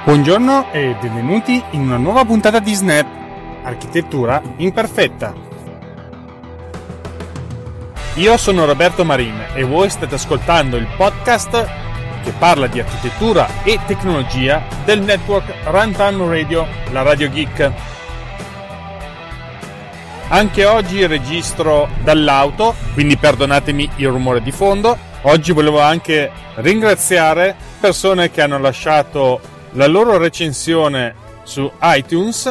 Buongiorno e benvenuti in una nuova puntata di Snap, Architettura Imperfetta. Io sono Roberto Marin e voi state ascoltando il podcast che parla di architettura e tecnologia del network Runtime Radio, la Radio Geek. Anche oggi registro dall'auto, quindi perdonatemi il rumore di fondo. Oggi volevo anche ringraziare persone che hanno lasciato la loro recensione su iTunes.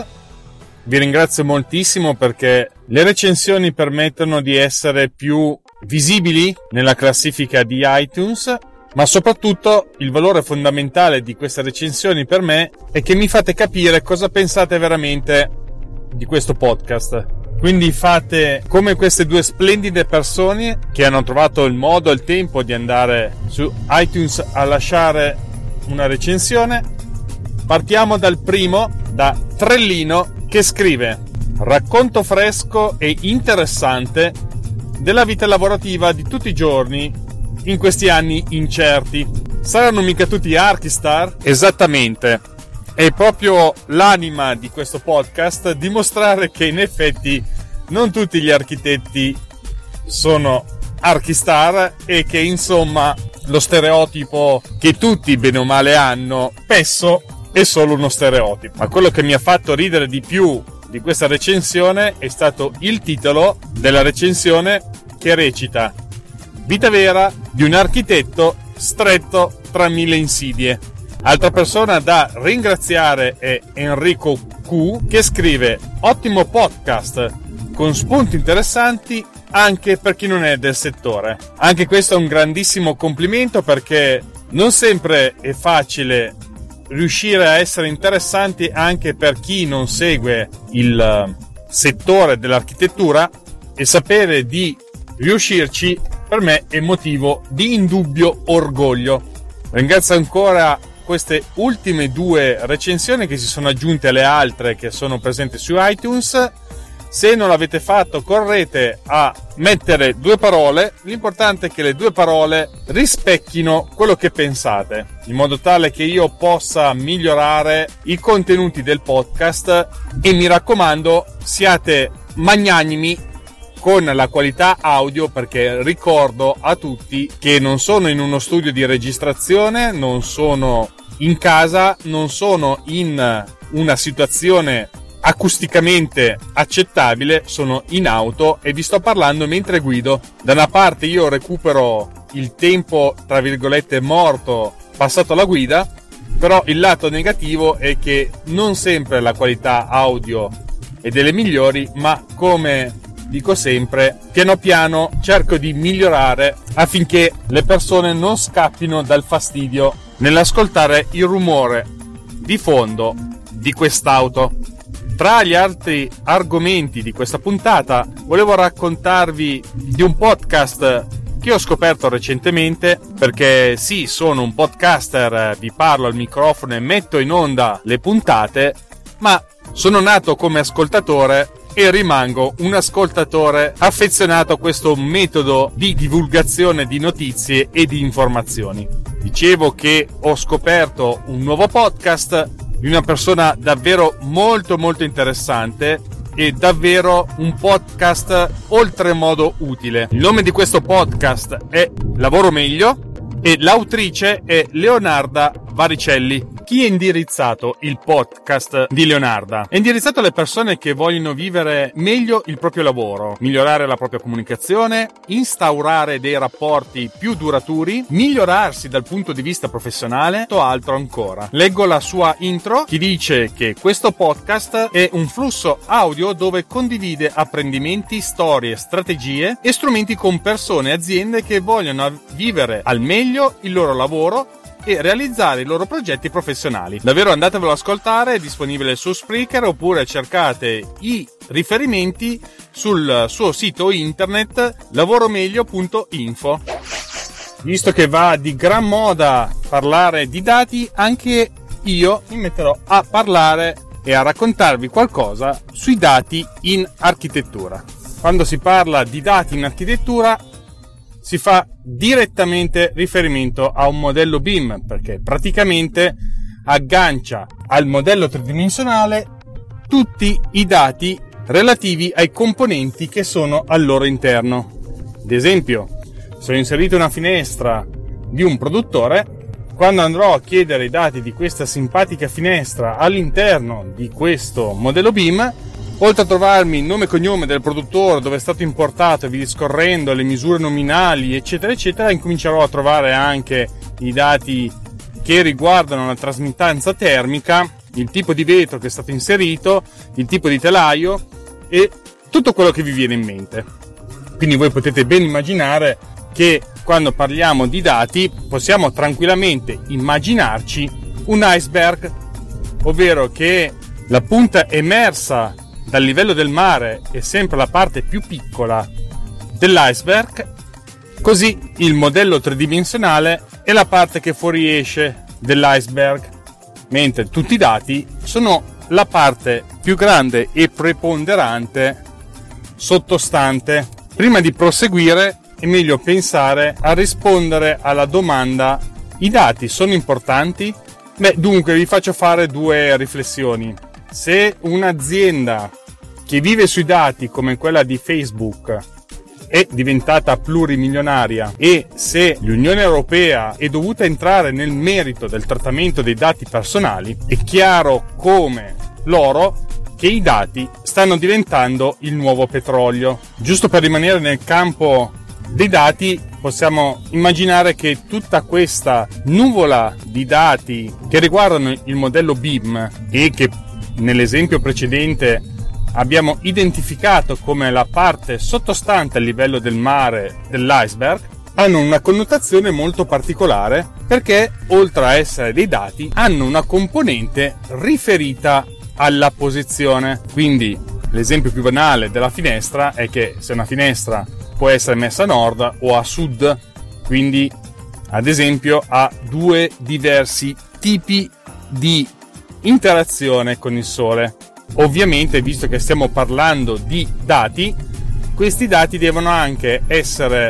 Vi ringrazio moltissimo perché le recensioni permettono di essere più visibili nella classifica di iTunes, ma soprattutto il valore fondamentale di queste recensioni per me è che mi fate capire cosa pensate veramente di questo podcast. Quindi fate come queste due splendide persone che hanno trovato il modo e il tempo di andare su iTunes a lasciare una recensione. Partiamo dal primo, da Trellino, che scrive: racconto fresco e interessante della vita lavorativa di tutti i giorni in questi anni incerti. Saranno mica tutti Archistar? Esattamente. È proprio l'anima di questo podcast dimostrare che in effetti non tutti gli architetti sono Archistar e che insomma lo stereotipo che tutti bene o male hanno spesso è solo uno stereotipo. Ma quello che mi ha fatto ridere di più di questa recensione è stato il titolo della recensione, che recita: vita vera di un architetto stretto tra mille insidie. Altra persona da ringraziare è Enrico Q, che scrive: ottimo podcast con spunti interessanti anche per chi non è del settore. Anche questo è un grandissimo complimento, perché non sempre è facile riuscire a essere interessanti anche per chi non segue il settore dell'architettura, e sapere di riuscirci per me è motivo di indubbio orgoglio. Ringrazio ancora queste ultime due recensioni che si sono aggiunte alle altre che sono presenti su iTunes. Se non l'avete fatto, correte a mettere due parole. L'importante è che le due parole rispecchino quello che pensate, in modo tale che io possa migliorare i contenuti del podcast. E mi raccomando, siate magnanimi con la qualità audio, perché ricordo a tutti che non sono in uno studio di registrazione, non sono in casa, non sono in una situazione acusticamente accettabile, sono in auto e vi sto parlando mentre guido. Da una parte io recupero il tempo tra virgolette morto passato alla guida, però il lato negativo è che non sempre la qualità audio è delle migliori, ma come dico sempre, piano piano cerco di migliorare affinché le persone non scappino dal fastidio nell'ascoltare il rumore di fondo di quest'auto. Tra gli altri argomenti di questa puntata volevo raccontarvi di un podcast che ho scoperto recentemente, perché sì, sono un podcaster, vi parlo al microfono e metto in onda le puntate, ma sono nato come ascoltatore e rimango un ascoltatore affezionato a questo metodo di divulgazione di notizie e di informazioni. Dicevo che ho scoperto un nuovo podcast di una persona davvero molto molto interessante e davvero un podcast oltremodo utile. Il nome di questo podcast è Lavoro Meglio e l'autrice è Leonarda Varicelli. Chi è indirizzato il podcast di Leonarda? È indirizzato alle persone che vogliono vivere meglio il proprio lavoro, migliorare la propria comunicazione, instaurare dei rapporti più duraturi, migliorarsi dal punto di vista professionale e altro ancora. Leggo la sua intro, che dice che questo podcast è un flusso audio dove condivide apprendimenti, storie, strategie e strumenti con persone e aziende che vogliono vivere al meglio il loro lavoro e realizzare i loro progetti professionali. Davvero andatevelo ad ascoltare, è disponibile su Spreaker, oppure cercate i riferimenti sul suo sito internet lavoromeglio.info. Visto che va di gran moda parlare di dati, anche io mi metterò a parlare e a raccontarvi qualcosa sui dati in architettura. Quando si parla di dati in architettura si fa direttamente riferimento a un modello BIM, perché praticamente aggancia al modello tridimensionale tutti i dati relativi ai componenti che sono al loro interno. Ad esempio, se ho inserito una finestra di un produttore, quando andrò a chiedere i dati di questa simpatica finestra all'interno di questo modello BIM, oltre a trovarmi il nome e cognome del produttore, dove è stato importato e via discorrendo, le misure nominali, eccetera, eccetera, incomincerò a trovare anche i dati che riguardano la trasmittanza termica, il tipo di vetro che è stato inserito, il tipo di telaio e tutto quello che vi viene in mente. Quindi voi potete ben immaginare che quando parliamo di dati possiamo tranquillamente immaginarci un iceberg, ovvero che la punta emersa dal livello del mare è sempre la parte più piccola dell'iceberg, così il modello tridimensionale è la parte che fuoriesce dell'iceberg, mentre tutti i dati sono la parte più grande e preponderante sottostante. Prima di proseguire è meglio pensare a rispondere alla domanda: i dati sono importanti? Dunque vi faccio fare due riflessioni. Se un'azienda che vive sui dati come quella di Facebook è diventata plurimilionaria e se l'Unione Europea è dovuta entrare nel merito del trattamento dei dati personali, è chiaro come l'oro che i dati stanno diventando il nuovo petrolio. Giusto per rimanere nel campo dei dati, possiamo immaginare che tutta questa nuvola di dati che riguardano il modello BIM e che nell'esempio precedente abbiamo identificato come la parte sottostante al livello del mare dell'iceberg, hanno una connotazione molto particolare perché, oltre a essere dei dati, hanno una componente riferita alla posizione. Quindi l'esempio più banale della finestra è che se una finestra può essere messa a nord o a sud, quindi ad esempio ha due diversi tipi di interazione con il sole. Ovviamente, visto che stiamo parlando di dati, questi dati devono anche essere,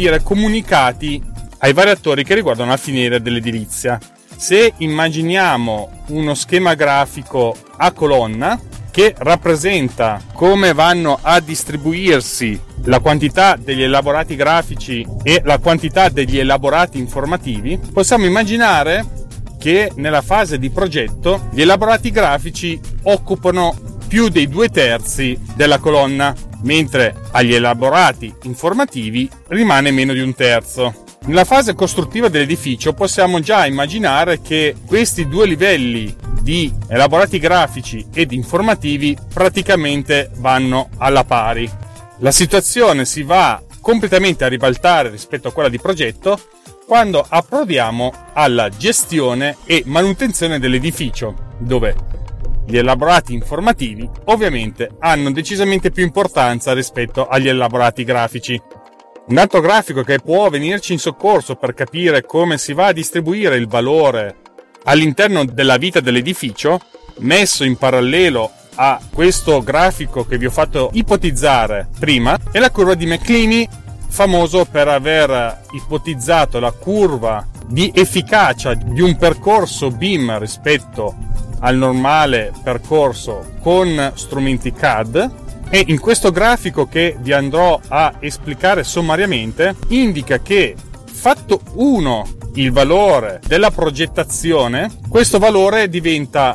comunicati ai vari attori che riguardano la filiera dell'edilizia. Se immaginiamo uno schema grafico a colonna che rappresenta come vanno a distribuirsi la quantità degli elaborati grafici e la quantità degli elaborati informativi, possiamo immaginare che nella fase di progetto gli elaborati grafici occupano più dei 2/3 della colonna, mentre agli elaborati informativi rimane meno di 1/3. Nella fase costruttiva dell'edificio possiamo già immaginare che questi due livelli di elaborati grafici ed informativi praticamente vanno alla pari. La situazione si va completamente a ribaltare rispetto a quella di progetto quando approdiamo alla gestione e manutenzione dell'edificio, dove gli elaborati informativi ovviamente hanno decisamente più importanza rispetto agli elaborati grafici. Un altro grafico che può venirci in soccorso per capire come si va a distribuire il valore all'interno della vita dell'edificio, messo in parallelo a questo grafico che vi ho fatto ipotizzare prima, è la curva di McLeany, famoso per aver ipotizzato la curva di efficacia di un percorso BIM rispetto al normale percorso con strumenti CAD. E in questo grafico, che vi andrò a esplicare sommariamente, indica che fatto 1 il valore della progettazione, questo valore diventa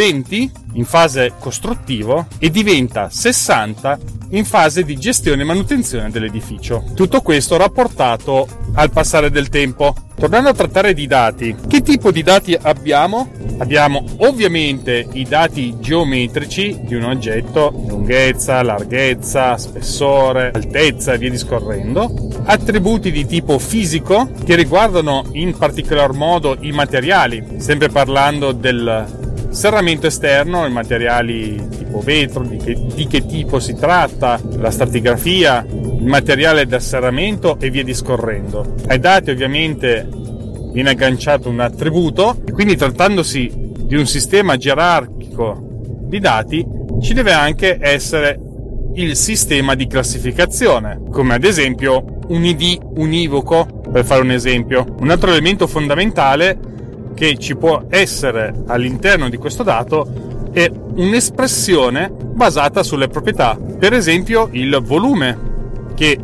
20 in fase costruttivo e diventa 60 in fase di gestione e manutenzione dell'edificio. Tutto questo rapportato al passare del tempo. Tornando a trattare di dati, che tipo di dati abbiamo? Abbiamo ovviamente i dati geometrici di un oggetto, lunghezza, larghezza, spessore, altezza e via discorrendo, attributi di tipo fisico che riguardano in particolar modo i materiali, sempre parlando del serramento esterno, i materiali tipo vetro, di che tipo si tratta, la stratigrafia, il materiale da serramento e via discorrendo. Ai dati ovviamente viene agganciato un attributo e quindi, trattandosi di un sistema gerarchico di dati, ci deve anche essere il sistema di classificazione, come ad esempio un ID univoco, per fare un esempio. Un altro elemento fondamentale che ci può essere all'interno di questo dato è un'espressione basata sulle proprietà. Per esempio il volume, che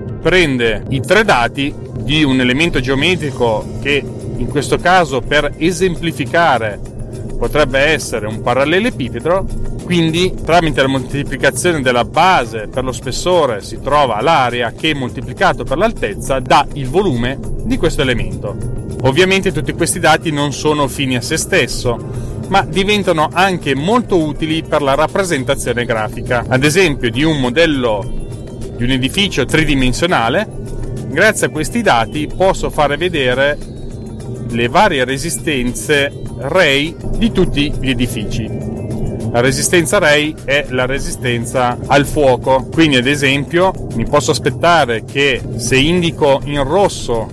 prende i 3 dati di un elemento geometrico che in questo caso, per esemplificare, potrebbe essere un parallelepipedo. Quindi tramite la moltiplicazione della base per lo spessore si trova l'area che moltiplicato per l'altezza dà il volume di questo elemento. Ovviamente tutti questi dati non sono fini a se stesso, ma diventano anche molto utili per la rappresentazione grafica. Ad esempio di un modello di un edificio tridimensionale, grazie a questi dati posso fare vedere le varie resistenze REI di tutti gli edifici. La resistenza REI è la resistenza al fuoco, quindi ad esempio mi posso aspettare che se indico in rosso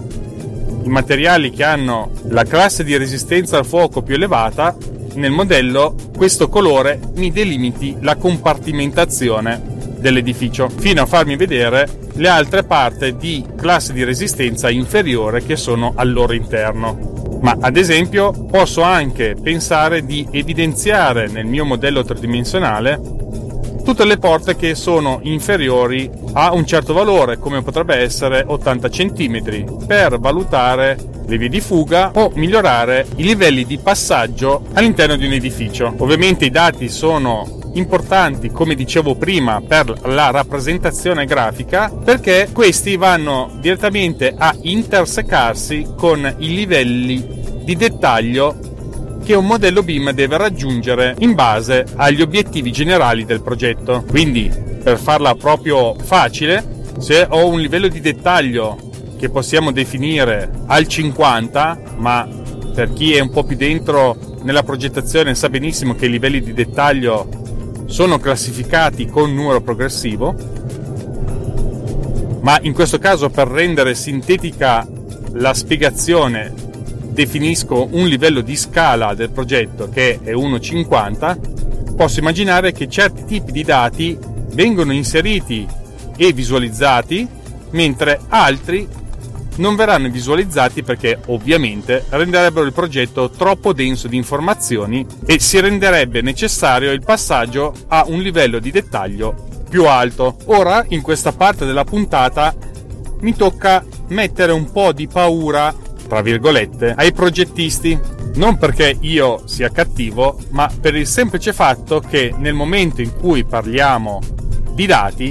i materiali che hanno la classe di resistenza al fuoco più elevata, nel modello questo colore mi delimiti la compartimentazione dell'edificio, fino a farmi vedere le altre parti di classe di resistenza inferiore che sono al loro interno. Ma ad esempio posso anche pensare di evidenziare nel mio modello tridimensionale tutte le porte che sono inferiori a un certo valore, come potrebbe essere 80 cm, per valutare le vie di fuga o migliorare i livelli di passaggio all'interno di un edificio. Ovviamente i dati sono importanti, come dicevo prima, per la rappresentazione grafica, perché questi vanno direttamente a intersecarsi con i livelli di dettaglio che un modello BIM deve raggiungere in base agli obiettivi generali del progetto. Quindi, per farla proprio facile, se ho un livello di dettaglio che possiamo definire al 50, ma per chi è un po' più dentro nella progettazione sa benissimo che i livelli di dettaglio sono classificati con numero progressivo, ma in questo caso, per rendere sintetica la spiegazione, definisco un livello di scala del progetto che è 1,50. Posso immaginare che certi tipi di dati vengono inseriti e visualizzati, mentre altri non verranno visualizzati perché ovviamente renderebbero il progetto troppo denso di informazioni e si renderebbe necessario il passaggio a un livello di dettaglio più alto. Ora, in questa parte della puntata, mi tocca mettere un po' di paura, tra virgolette, ai progettisti. Non perché io sia cattivo, ma per il semplice fatto che nel momento in cui parliamo di dati,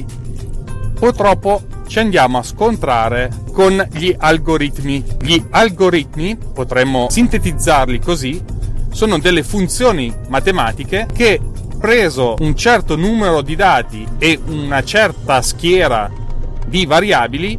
purtroppo ci andiamo a scontrare con gli algoritmi. Gli algoritmi, potremmo sintetizzarli così, sono delle funzioni matematiche che, preso un certo numero di dati e una certa schiera di variabili,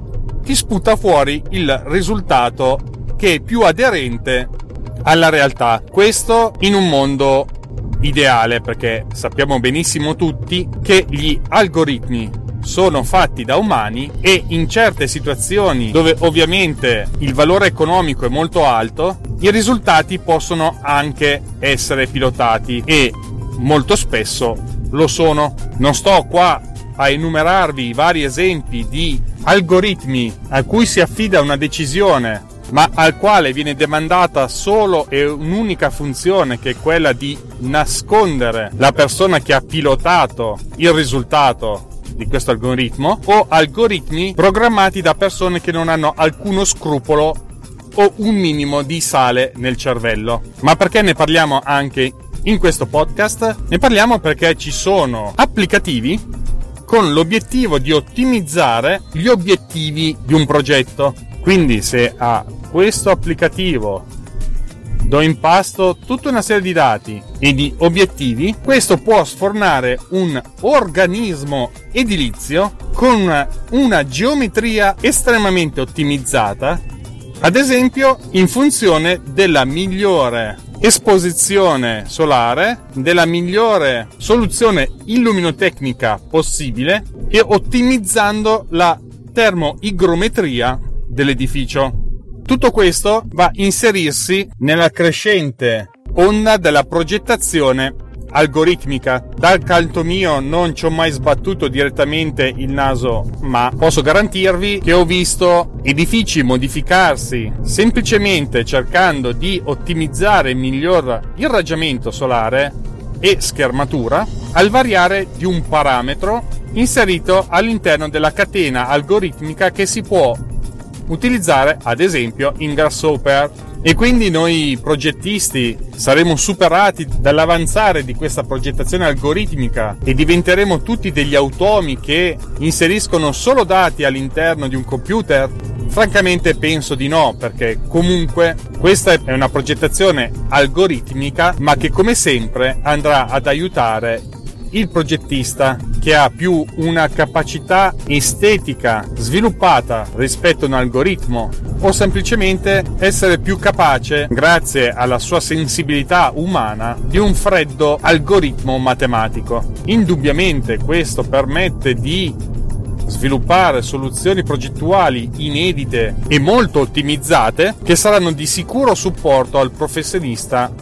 ti sputa fuori il risultato che è più aderente alla realtà. Questo in un mondo ideale, perché sappiamo benissimo tutti che gli algoritmi sono fatti da umani e in certe situazioni dove ovviamente il valore economico è molto alto, i risultati possono anche essere pilotati e molto spesso lo sono. Non sto qua a enumerarvi i vari esempi di algoritmi a cui si affida una decisione, ma al quale viene demandata solo e un'unica funzione, che è quella di nascondere la persona che ha pilotato il risultato di questo algoritmo, o algoritmi programmati da persone che non hanno alcuno scrupolo o un minimo di sale nel cervello. Ma perché ne parliamo anche in questo podcast? Ne parliamo perché ci sono applicativi con l'obiettivo di ottimizzare gli obiettivi di un progetto. Quindi se a questo applicativo do in pasto tutta una serie di dati e di obiettivi, questo può sfornare un organismo edilizio con una geometria estremamente ottimizzata, ad esempio in funzione della migliore esposizione solare, della migliore soluzione illuminotecnica possibile e ottimizzando la termoigrometria dell'edificio. Tutto questo va a inserirsi nella crescente onda della progettazione algoritmica. Dal canto mio non ci ho mai sbattuto direttamente il naso, ma posso garantirvi che ho visto edifici modificarsi semplicemente cercando di ottimizzare miglior irraggiamento solare e schermatura al variare di un parametro inserito all'interno della catena algoritmica che si può utilizzare ad esempio in Grasshopper. E quindi noi progettisti saremo superati dall'avanzare di questa progettazione algoritmica e diventeremo tutti degli automi che inseriscono solo dati all'interno di un computer? Francamente penso di no, perché comunque questa è una progettazione algoritmica, ma che come sempre andrà ad aiutare il progettista, che ha più una capacità estetica sviluppata rispetto a un algoritmo, o semplicemente essere più capace, grazie alla sua sensibilità umana, di un freddo algoritmo matematico. Indubbiamente questo permette di sviluppare soluzioni progettuali inedite e molto ottimizzate, che saranno di sicuro supporto al professionista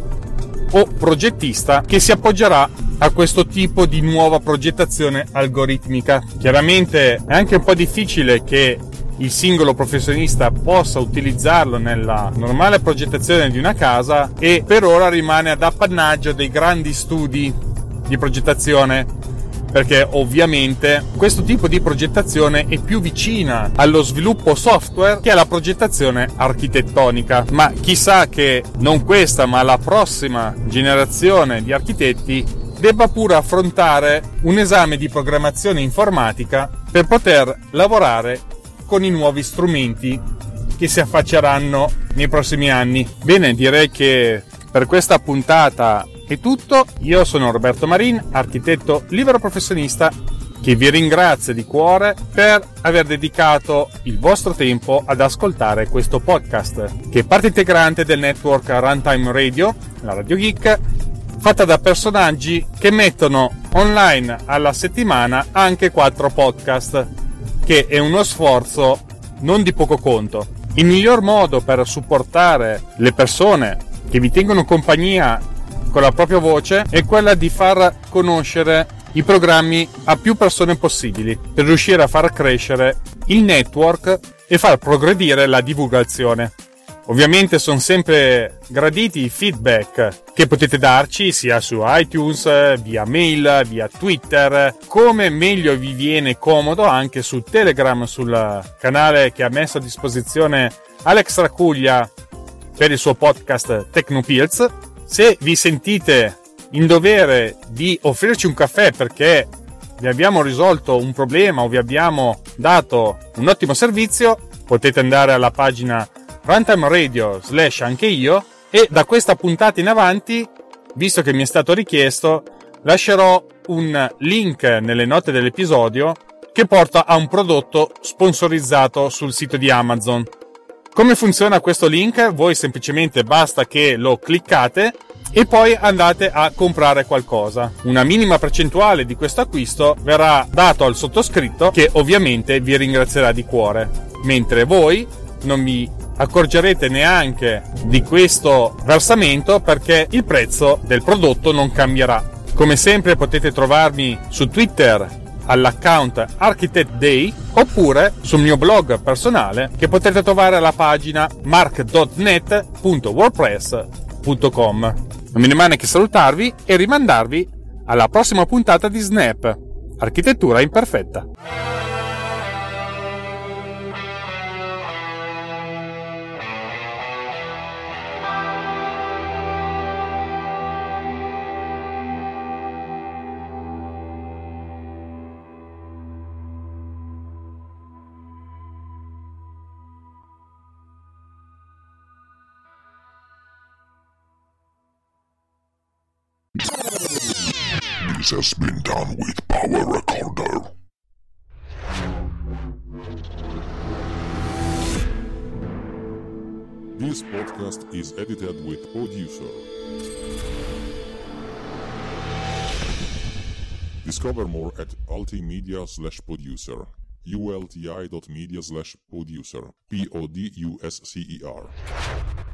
o progettista che si appoggerà a questo tipo di nuova progettazione algoritmica. Chiaramente è anche un po' difficile che il singolo professionista possa utilizzarlo nella normale progettazione di una casa, e per ora rimane ad appannaggio dei grandi studi di progettazione, perché ovviamente questo tipo di progettazione è più vicina allo sviluppo software che alla progettazione architettonica. Ma chissà che non questa ma la prossima generazione di architetti debba pure affrontare un esame di programmazione informatica per poter lavorare con i nuovi strumenti che si affacceranno nei prossimi anni. Bene, direi che per questa puntata è tutto. Io sono Roberto Marin, architetto libero professionista, che vi ringrazio di cuore per aver dedicato il vostro tempo ad ascoltare questo podcast, che è parte integrante del network Runtime Radio, la Radio Geek, fatta da personaggi che mettono online alla settimana anche 4 podcast, che è uno sforzo non di poco conto. Il miglior modo per supportare le persone che vi tengono compagnia con la propria voce è quella di far conoscere i programmi a più persone possibili, per riuscire a far crescere il network e far progredire la divulgazione. Ovviamente sono sempre graditi i feedback che potete darci sia su iTunes, via mail, via Twitter, come meglio vi viene comodo, anche su Telegram, sul canale che ha messo a disposizione Alex Racuglia per il suo podcast Tecnopills. Se vi sentite in dovere di offrirci un caffè perché vi abbiamo risolto un problema o vi abbiamo dato un ottimo servizio, potete andare alla pagina Runtime Radio /anche io, e da questa puntata in avanti, visto che mi è stato richiesto, lascerò un link nelle note dell'episodio che porta a un prodotto sponsorizzato sul sito di Amazon. Come funziona questo link? Voi semplicemente basta che lo cliccate e poi andate a comprare qualcosa. Una minima percentuale di questo acquisto verrà dato al sottoscritto, che ovviamente vi ringrazierà di cuore, mentre voi non vi accorgerete neanche di questo versamento, perché il prezzo del prodotto non cambierà. Come sempre potete trovarmi su Twitter all'account Architect Day, oppure sul mio blog personale che potete trovare alla pagina mark.net.wordpress.com. Non mi rimane che salutarvi e rimandarvi alla prossima puntata di Snap, Architettura Imperfetta. This has been done with Power Recorder. This podcast is edited with Producer. Discover more at ultimedia/producer. ulti.media/producer. PODUSCER.